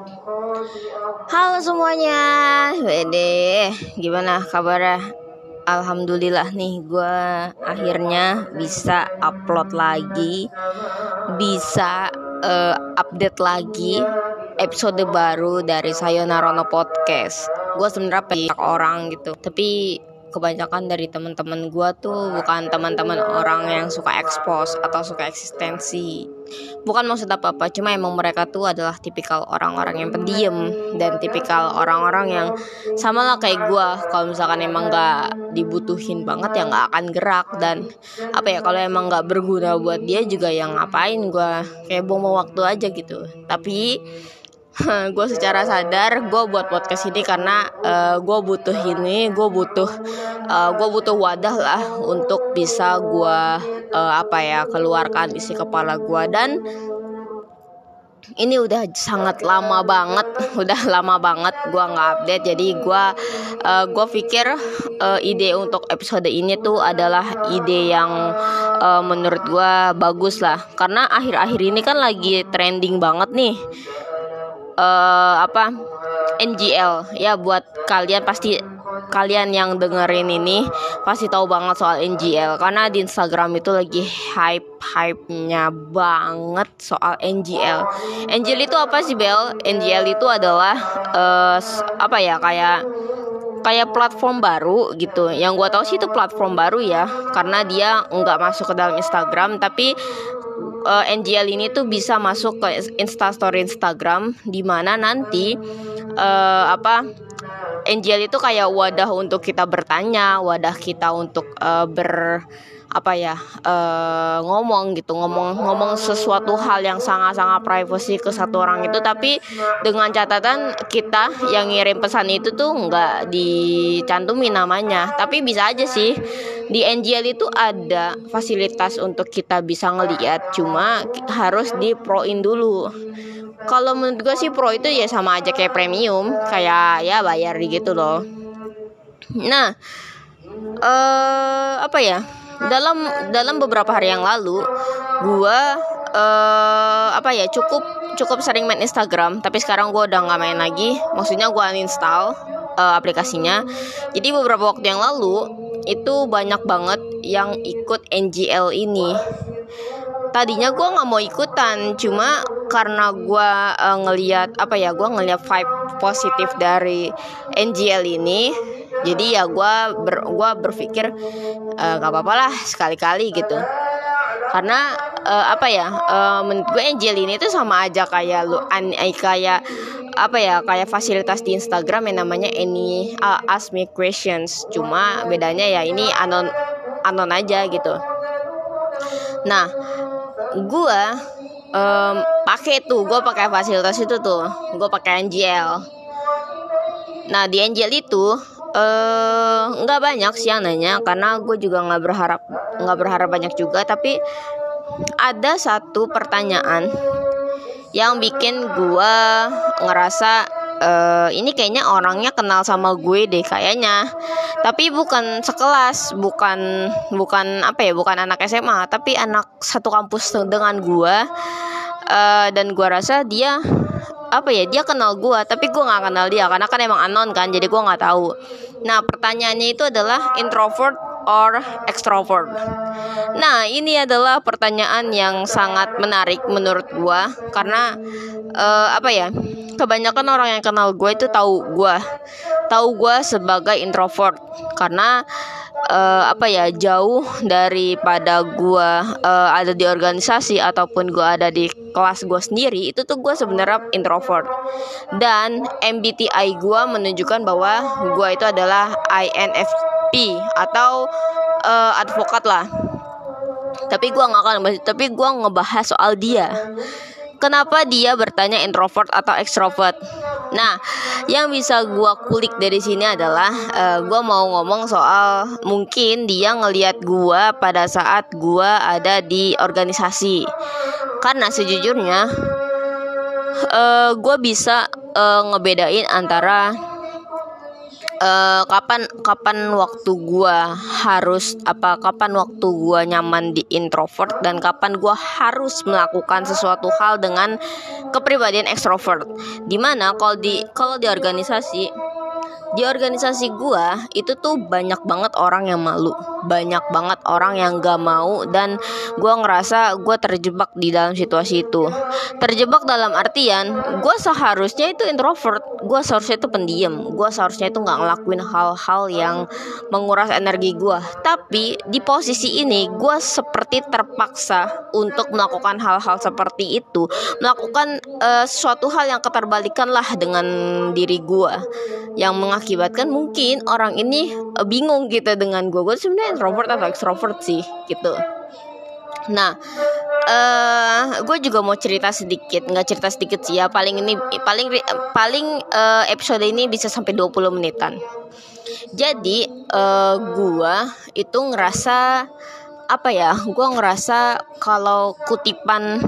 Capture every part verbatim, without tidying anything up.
Halo semuanya, Wede, gimana kabarnya? Alhamdulillah nih, gue akhirnya bisa upload lagi, bisa uh, update lagi episode baru dari Sayonara no Podcast. Gue sebenarnya banyak orang gitu, tapi kebanyakan dari teman-teman gue tuh bukan teman-teman orang yang suka expose atau suka eksistensi. Bukan maksud apa-apa, cuma emang mereka tuh adalah tipikal orang-orang yang pendiam dan tipikal orang-orang yang sama lah kayak gue. Kalau misalkan emang gak dibutuhin banget ya gak akan gerak, dan apa ya, kalau emang gak berguna buat dia juga yang ngapain gue, kayak buang waktu aja gitu. Tapi gue secara sadar gue buat podcast ini karena uh, gue butuh ini, gue butuh uh, gue butuh wadah lah untuk bisa gue uh, apa ya keluarkan isi kepala gue. Dan ini udah sangat lama banget, udah lama banget gue nggak update. Jadi gue uh, gue pikir uh, ide untuk episode ini tuh adalah ide yang uh, menurut gue bagus lah, karena akhir-akhir ini kan lagi trending banget nih. Uh, apa N G L ya, buat kalian pasti kalian yang dengerin ini pasti tahu banget soal N G L, karena di Instagram itu lagi hype-hype-nya banget soal N G L. N G L itu apa sih, Bel? N G L itu adalah uh, apa ya kayak kayak platform baru gitu. Yang gue tahu sih itu platform baru ya, karena dia nggak masuk ke dalam Instagram, tapi Uh, N G L ini tuh bisa masuk ke Instastory Instagram, di mana nanti uh, apa N G L itu kayak wadah untuk kita bertanya, wadah kita untuk uh, ber apa ya uh, ngomong gitu, ngomong ngomong sesuatu hal yang sangat-sangat privacy ke satu orang itu, tapi dengan catatan kita yang ngirim pesan itu tuh nggak dicantumin namanya. Tapi bisa aja sih di N G L itu ada fasilitas untuk kita bisa ngeliat, cuma harus di proin dulu. Kalau menurut gue sih pro itu ya sama aja kayak premium, kayak ya bayar gitu loh. Nah uh, apa ya dalam dalam beberapa hari yang lalu gue uh, apa ya cukup cukup sering main Instagram, tapi sekarang gue udah nggak main lagi. Maksudnya gue uninstall uh, aplikasinya. Jadi beberapa waktu yang lalu itu banyak banget yang ikut N G L ini. Tadinya gue nggak mau ikutan, cuma karena gue uh, ngelihat apa ya gue ngelihat vibe positif dari N G L ini. Jadi ya gue ber, gue berpikir uh, gak apa-apa lah sekali-kali gitu. Karena uh, apa ya uh, menurut gue N G L ini tuh sama aja kayak lu an, kayak apa ya kayak fasilitas di Instagram yang namanya Any uh, Ask Me Questions. Cuma bedanya ya ini anon anon aja gitu. Nah gue um, pakai tuh gue pakai fasilitas itu tuh gue pakai N G L. Nah di N G L itu nggak uh, banyak sih yang nanya, karena gue juga nggak berharap nggak berharap banyak juga. Tapi ada satu pertanyaan yang bikin gue ngerasa uh, ini kayaknya orangnya kenal sama gue deh kayaknya, tapi bukan sekelas, bukan bukan apa ya bukan anak S M A, tapi anak satu kampus dengan gue. uh, dan gue rasa dia apa ya dia kenal gue, tapi gue nggak kenal dia karena kan emang anon kan, jadi gue nggak tahu. Nah pertanyaannya itu adalah introvert or extrovert. Nah ini adalah pertanyaan yang sangat menarik menurut gue, karena uh, apa ya kebanyakan orang yang kenal gue itu tahu gue tahu gue sebagai introvert, karena uh, apa ya jauh daripada gue uh, ada di organisasi ataupun gue ada di kelas gue sendiri, itu tuh gue sebenarnya introvert. Dan M B T I gue menunjukkan bahwa gue itu adalah I N F P atau uh, advokat lah. Tapi gue nggak akan tapi gue ngebahas soal dia. Kenapa dia bertanya introvert atau extrovert? Nah, yang bisa gue kulik dari sini adalah uh, gue mau ngomong soal mungkin dia ngelihat gue pada saat gue ada di organisasi. Karena sejujurnya uh, gue bisa uh, ngebedain antara uh, kapan kapan waktu gua harus apa kapan waktu gua nyaman di introvert dan kapan gua harus melakukan sesuatu hal dengan kepribadian ekstrovert. Dimana kalau di kalau di organisasi di organisasi gua itu tuh banyak banget orang yang malu, banyak banget orang yang gak mau, dan gua ngerasa gua terjebak di dalam situasi itu. Terjebak dalam artian gua seharusnya itu introvert, gua seharusnya itu pendiam, gua seharusnya itu nggak ngelakuin hal-hal yang menguras energi gua. Tapi di posisi ini gua seperti terpaksa untuk melakukan hal-hal seperti itu, melakukan uh, suatu hal yang keterbalikan lah dengan diri gua, yang mengakibatkan mungkin orang ini uh, bingung gitu dengan gue. Gue sebenarnya introvert atau extrovert sih gitu. Nah, uh, gue juga mau cerita sedikit, nggak cerita sedikit sih ya. Paling ini paling paling uh, episode ini bisa sampai dua puluh menitan. Jadi uh, gue itu ngerasa apa ya? Gue ngerasa kalau kutipan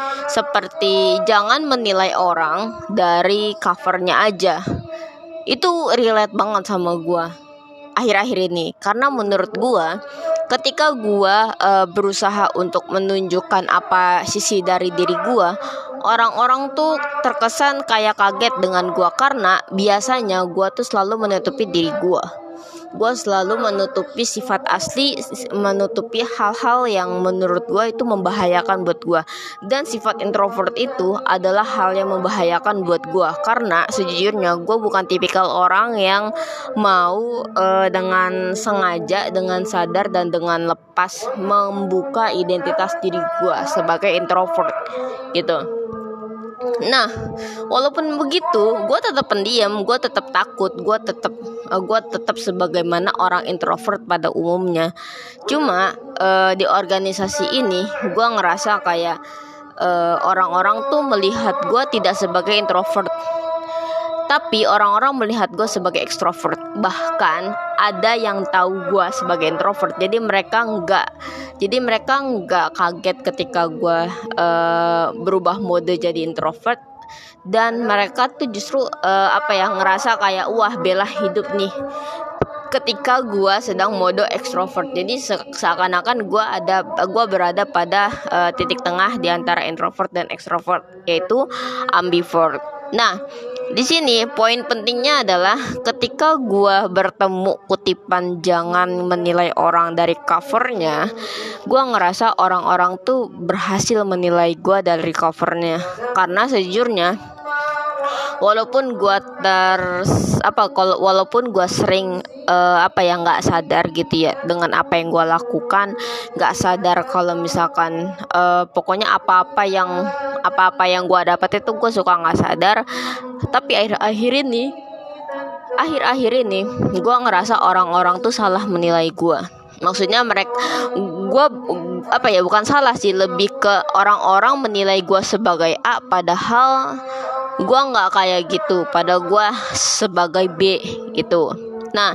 seperti jangan menilai orang dari covernya aja, itu relate banget sama gue akhir-akhir ini. Karena menurut gue ketika gue uh, berusaha untuk menunjukkan apa sisi dari diri gue, orang-orang tuh terkesan kayak kaget dengan gue. Karena biasanya gue tuh selalu menutupi diri gue, gue selalu menutupi sifat asli, menutupi hal-hal yang menurut gue itu membahayakan buat gue. Dan sifat introvert itu adalah hal yang membahayakan buat gue, karena sejujurnya gue bukan tipikal orang yang mau uh, dengan sengaja, dengan sadar dan dengan lepas membuka identitas diri gue sebagai introvert gitu. Nah, walaupun begitu, gue tetap pendiam, gue tetap takut, gue tetap, uh, gue tetap sebagaimana orang introvert pada umumnya. Cuma uh, di organisasi ini, gue ngerasa kayak uh, orang-orang tuh melihat gue tidak sebagai introvert, tapi orang-orang melihat gue sebagai ekstrovert. Bahkan ada yang tahu gue sebagai introvert, jadi mereka nggak, jadi mereka nggak kaget ketika gue uh, berubah mode jadi introvert. Dan mereka tuh justru uh, apa ya ngerasa kayak wah Bella hidup nih ketika gue sedang mode ekstrovert. Jadi se- seakan-akan gue ada gue berada pada uh, titik tengah di antara introvert dan ekstrovert, yaitu ambivert. Nah, di sini poin pentingnya adalah ketika gue bertemu kutipan jangan menilai orang dari covernya, gue ngerasa orang-orang tuh berhasil menilai gue dari covernya. Karena sejujurnya walaupun gue ter apa kalau walaupun gue sering uh, apa ya nggak sadar gitu ya dengan apa yang gue lakukan, nggak sadar kalau misalkan uh, pokoknya apa-apa yang apa-apa yang gue dapat itu gue suka nggak sadar. Tapi akhir-akhir ini akhir-akhir ini gue ngerasa orang-orang tuh salah menilai gue. Maksudnya mereka gue apa ya bukan salah sih, lebih ke orang-orang menilai gue sebagai A padahal gue nggak kayak gitu, pada gue sebagai B gitu. Nah,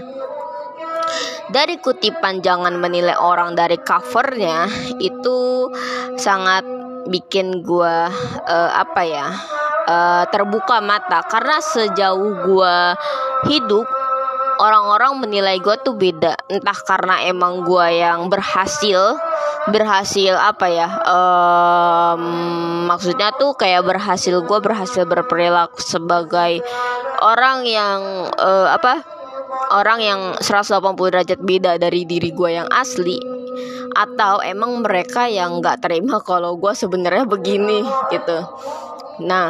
dari kutipan jangan menilai orang dari covernya itu sangat bikin gue uh, apa ya uh, terbuka mata. Karena sejauh gue hidup, orang-orang menilai gue tuh beda. Entah karena emang gue yang berhasil berhasil apa ya um, maksudnya tuh kayak berhasil gue berhasil berperilaku sebagai orang yang uh, apa orang yang seratus delapan puluh derajat beda dari diri gue yang asli, atau emang mereka yang nggak terima kalau gue sebenarnya begini gitu. Nah,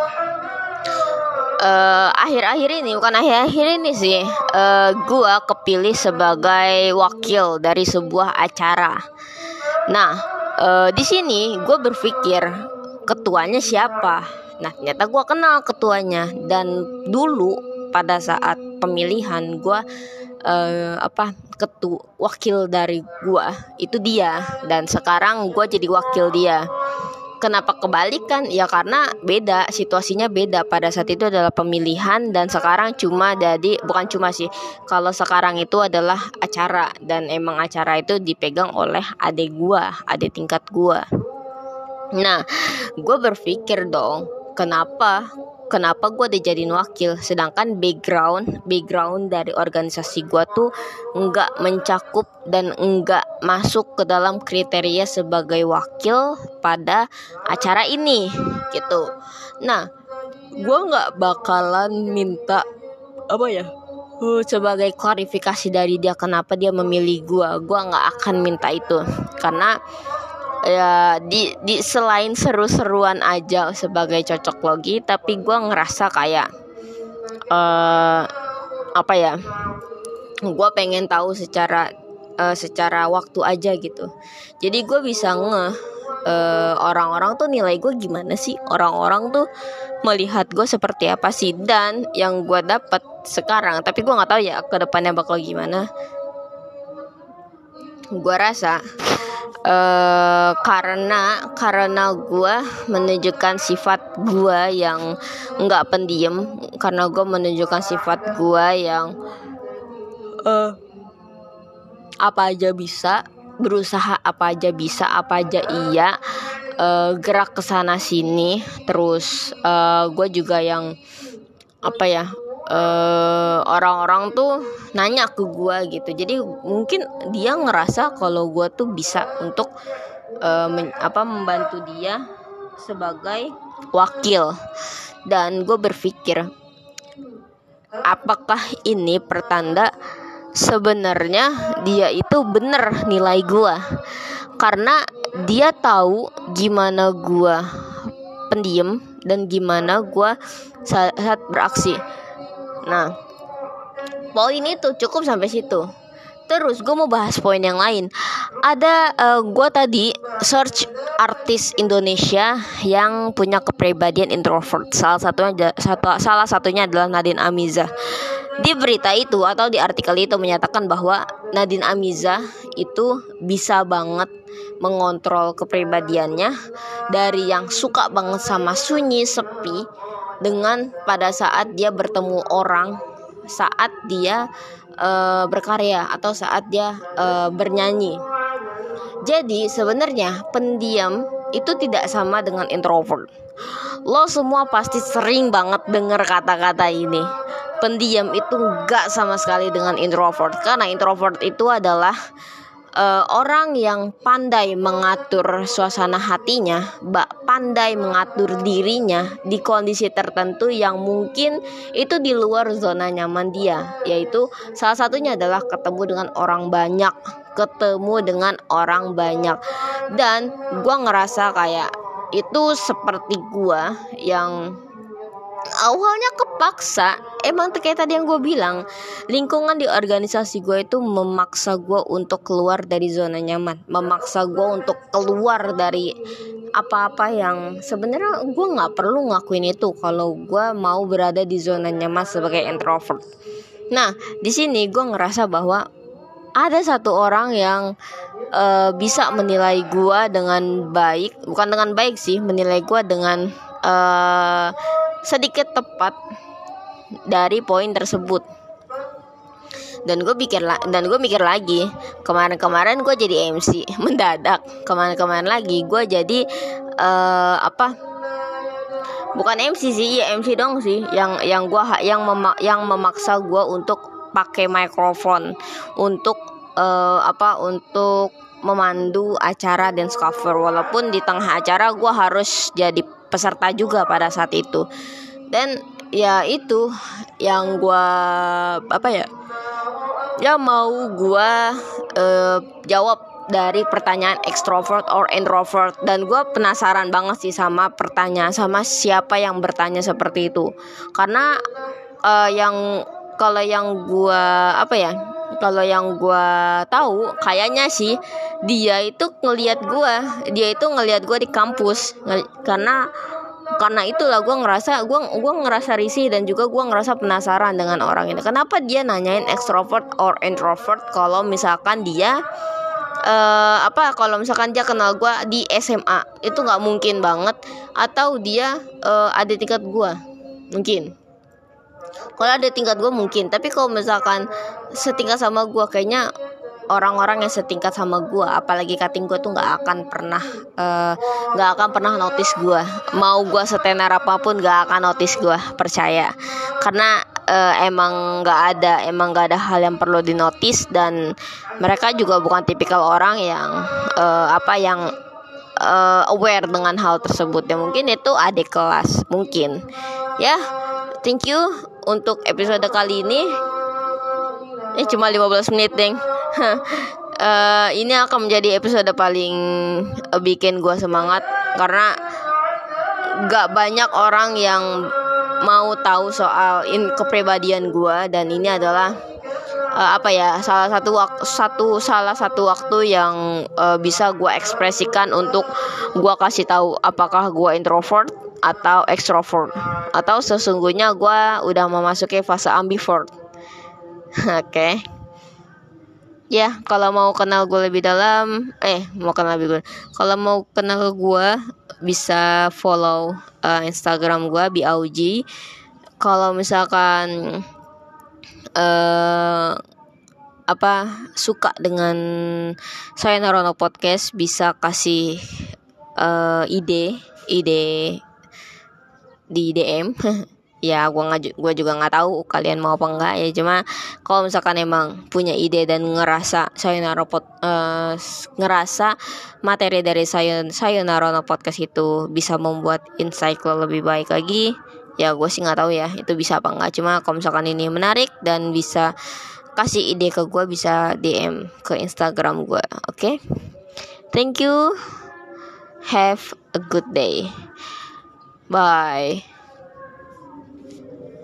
Uh, akhir-akhir ini bukan akhir-akhir ini sih uh, gue kepilih sebagai wakil dari sebuah acara. Nah, uh, di sini gue berpikir ketuanya siapa. Nah, ternyata gue kenal ketuanya. Dan dulu pada saat pemilihan gue uh, apa ketua wakil dari gue itu dia, dan sekarang gue jadi wakil dia. Kenapa kebalikan? Ya karena beda, situasinya beda. Pada saat itu adalah pemilihan dan sekarang cuma jadi, bukan cuma sih, kalau sekarang itu adalah acara, dan emang acara itu dipegang oleh adik gua, adik tingkat gua. Nah, gue berpikir dong, kenapa kenapa gue dijadiin wakil, sedangkan background background dari organisasi gue tuh nggak mencakup dan nggak masuk ke dalam kriteria sebagai wakil pada acara ini gitu. Nah, gue nggak bakalan minta apa ya uh, sebagai klarifikasi dari dia kenapa dia memilih gue. Gue nggak akan minta itu, karena ya di, di selain seru-seruan aja sebagai cocok logi, tapi gue ngerasa kayak uh, apa ya gue pengen tahu secara uh, secara waktu aja gitu. Jadi gue bisa nge uh, orang-orang tuh nilai gue gimana sih, orang-orang tuh melihat gue seperti apa sih. Dan yang gue dapat sekarang, tapi gue nggak tahu ya ke depannya bakal gimana. Gue rasa Uh, karena karena gue menunjukkan sifat gue yang nggak pendiam, karena gue menunjukkan sifat gue yang uh, apa aja bisa, berusaha apa aja bisa, apa aja iya, uh, gerak kesana sini. Terus uh, gue juga yang apa ya Uh, orang-orang tuh nanya ke gue gitu. Jadi mungkin dia ngerasa kalau gue tuh bisa untuk uh, men- apa membantu dia sebagai wakil. Dan gue berpikir, apakah ini pertanda sebenarnya dia itu bener nilai gue, karena dia tahu gimana gue pendiam dan gimana gue saat, saat beraksi. Nah, poin itu cukup sampai situ. Terus gue mau bahas poin yang lain. Ada uh, gue tadi search artis Indonesia yang punya kepribadian introvert. Salah satunya satu, salah satunya adalah Nadine Amizah. Di berita itu atau di artikel itu menyatakan bahwa Nadine Amizah itu bisa banget mengontrol kepribadiannya dari yang suka banget sama sunyi, sepi, dengan pada saat dia bertemu orang, saat dia uh, berkarya atau saat dia uh, bernyanyi. Jadi sebenarnya pendiam itu tidak sama dengan introvert. Lo semua pasti sering banget dengar kata-kata ini. Pendiam itu gak sama sekali dengan introvert, karena introvert itu adalah Uh, orang yang pandai mengatur suasana hatinya, bak pandai mengatur dirinya di kondisi tertentu yang mungkin itu di luar zona nyaman dia, yaitu salah satunya adalah ketemu dengan orang banyak, ketemu dengan orang banyak. Dan gue ngerasa kayak itu seperti gue yang awalnya kepaksa. Emang kayak tadi yang gue bilang, lingkungan di organisasi gue itu memaksa gue untuk keluar dari zona nyaman, memaksa gue untuk keluar dari apa-apa yang sebenarnya gue nggak perlu ngakuin itu kalau gue mau berada di zona nyaman sebagai introvert. Nah, di sini gue ngerasa bahwa ada satu orang yang uh, bisa menilai gue dengan baik, bukan dengan baik sih, menilai gue dengan uh, sedikit tepat dari poin tersebut. Dan gue pikir la- dan gue mikir lagi, kemarin-kemarin gue jadi M C mendadak, kemarin-kemarin lagi gue jadi uh, apa bukan M C sih, ya M C dong sih, yang yang gue yang mema- yang memaksa gue untuk pakai mikrofon untuk uh, apa untuk memandu acara dance cover, walaupun di tengah acara gue harus jadi peserta juga pada saat itu. Dan ya itu yang gue apa ya ya mau gue uh, jawab dari pertanyaan extrovert or introvert. Dan gue penasaran banget sih sama pertanyaan, sama siapa yang bertanya seperti itu, karena uh, yang kalau yang gue apa ya kalau yang gue tahu kayaknya sih dia itu ngelihat gue dia itu ngelihat gue di kampus. Karena Karena itulah gue ngerasa gue gue ngerasa risih dan juga gue ngerasa penasaran dengan orang ini. Kenapa dia nanyain extrovert or introvert kalau misalkan dia uh, apa kalau misalkan dia kenal gue di S M A, itu nggak mungkin banget. Atau dia uh, ada tingkat gue mungkin. Kalau ada tingkat gue mungkin, tapi kalau misalkan setingkat sama gue kayaknya orang-orang yang setingkat sama gue, apalagi cutting gue tuh nggak akan pernah nggak uh, akan pernah notice gue. Mau gue setenar apapun nggak akan notice gue, percaya. Karena uh, emang nggak ada emang nggak ada hal yang perlu dinotis, dan mereka juga bukan tipikal orang yang uh, apa yang uh, aware dengan hal tersebut. Ya mungkin itu adik kelas mungkin. Ya, thank you untuk episode kali ini. Eh cuma lima belas menit, deng. uh, ini akan menjadi episode paling uh, bikin gue semangat, karena gak banyak orang yang mau tahu soal in kepribadian gue, dan ini adalah uh, apa ya salah satu wak- satu salah satu waktu yang uh, bisa gue ekspresikan untuk gue kasih tahu apakah gue introvert atau extrovert, atau sesungguhnya gue udah memasuki fase ambivert. Oke. Okay. Ya, kalau mau kenal gue lebih dalam, eh mau kenal lebih gue. Kalau mau kenal gue bisa follow uh, Instagram gue B A U G. Kalau misalkan uh, apa suka dengan Sayonara no Podcast, bisa kasih uh, ide, ide di D M. Ya, gue nggak, gue juga nggak tahu kalian mau apa enggak ya. Cuma kalau misalkan emang punya ide dan ngerasa Sayonara pod, uh, ngerasa materi dari Sayon, Sayonara no Podcast itu bisa membuat insight lo lebih baik lagi, ya gue sih nggak tahu ya itu bisa apa enggak. Cuma kalau misalkan ini menarik dan bisa kasih ide ke gue, bisa D M ke Instagram gue. Oke, okay? Thank you. Have a good day. Bye.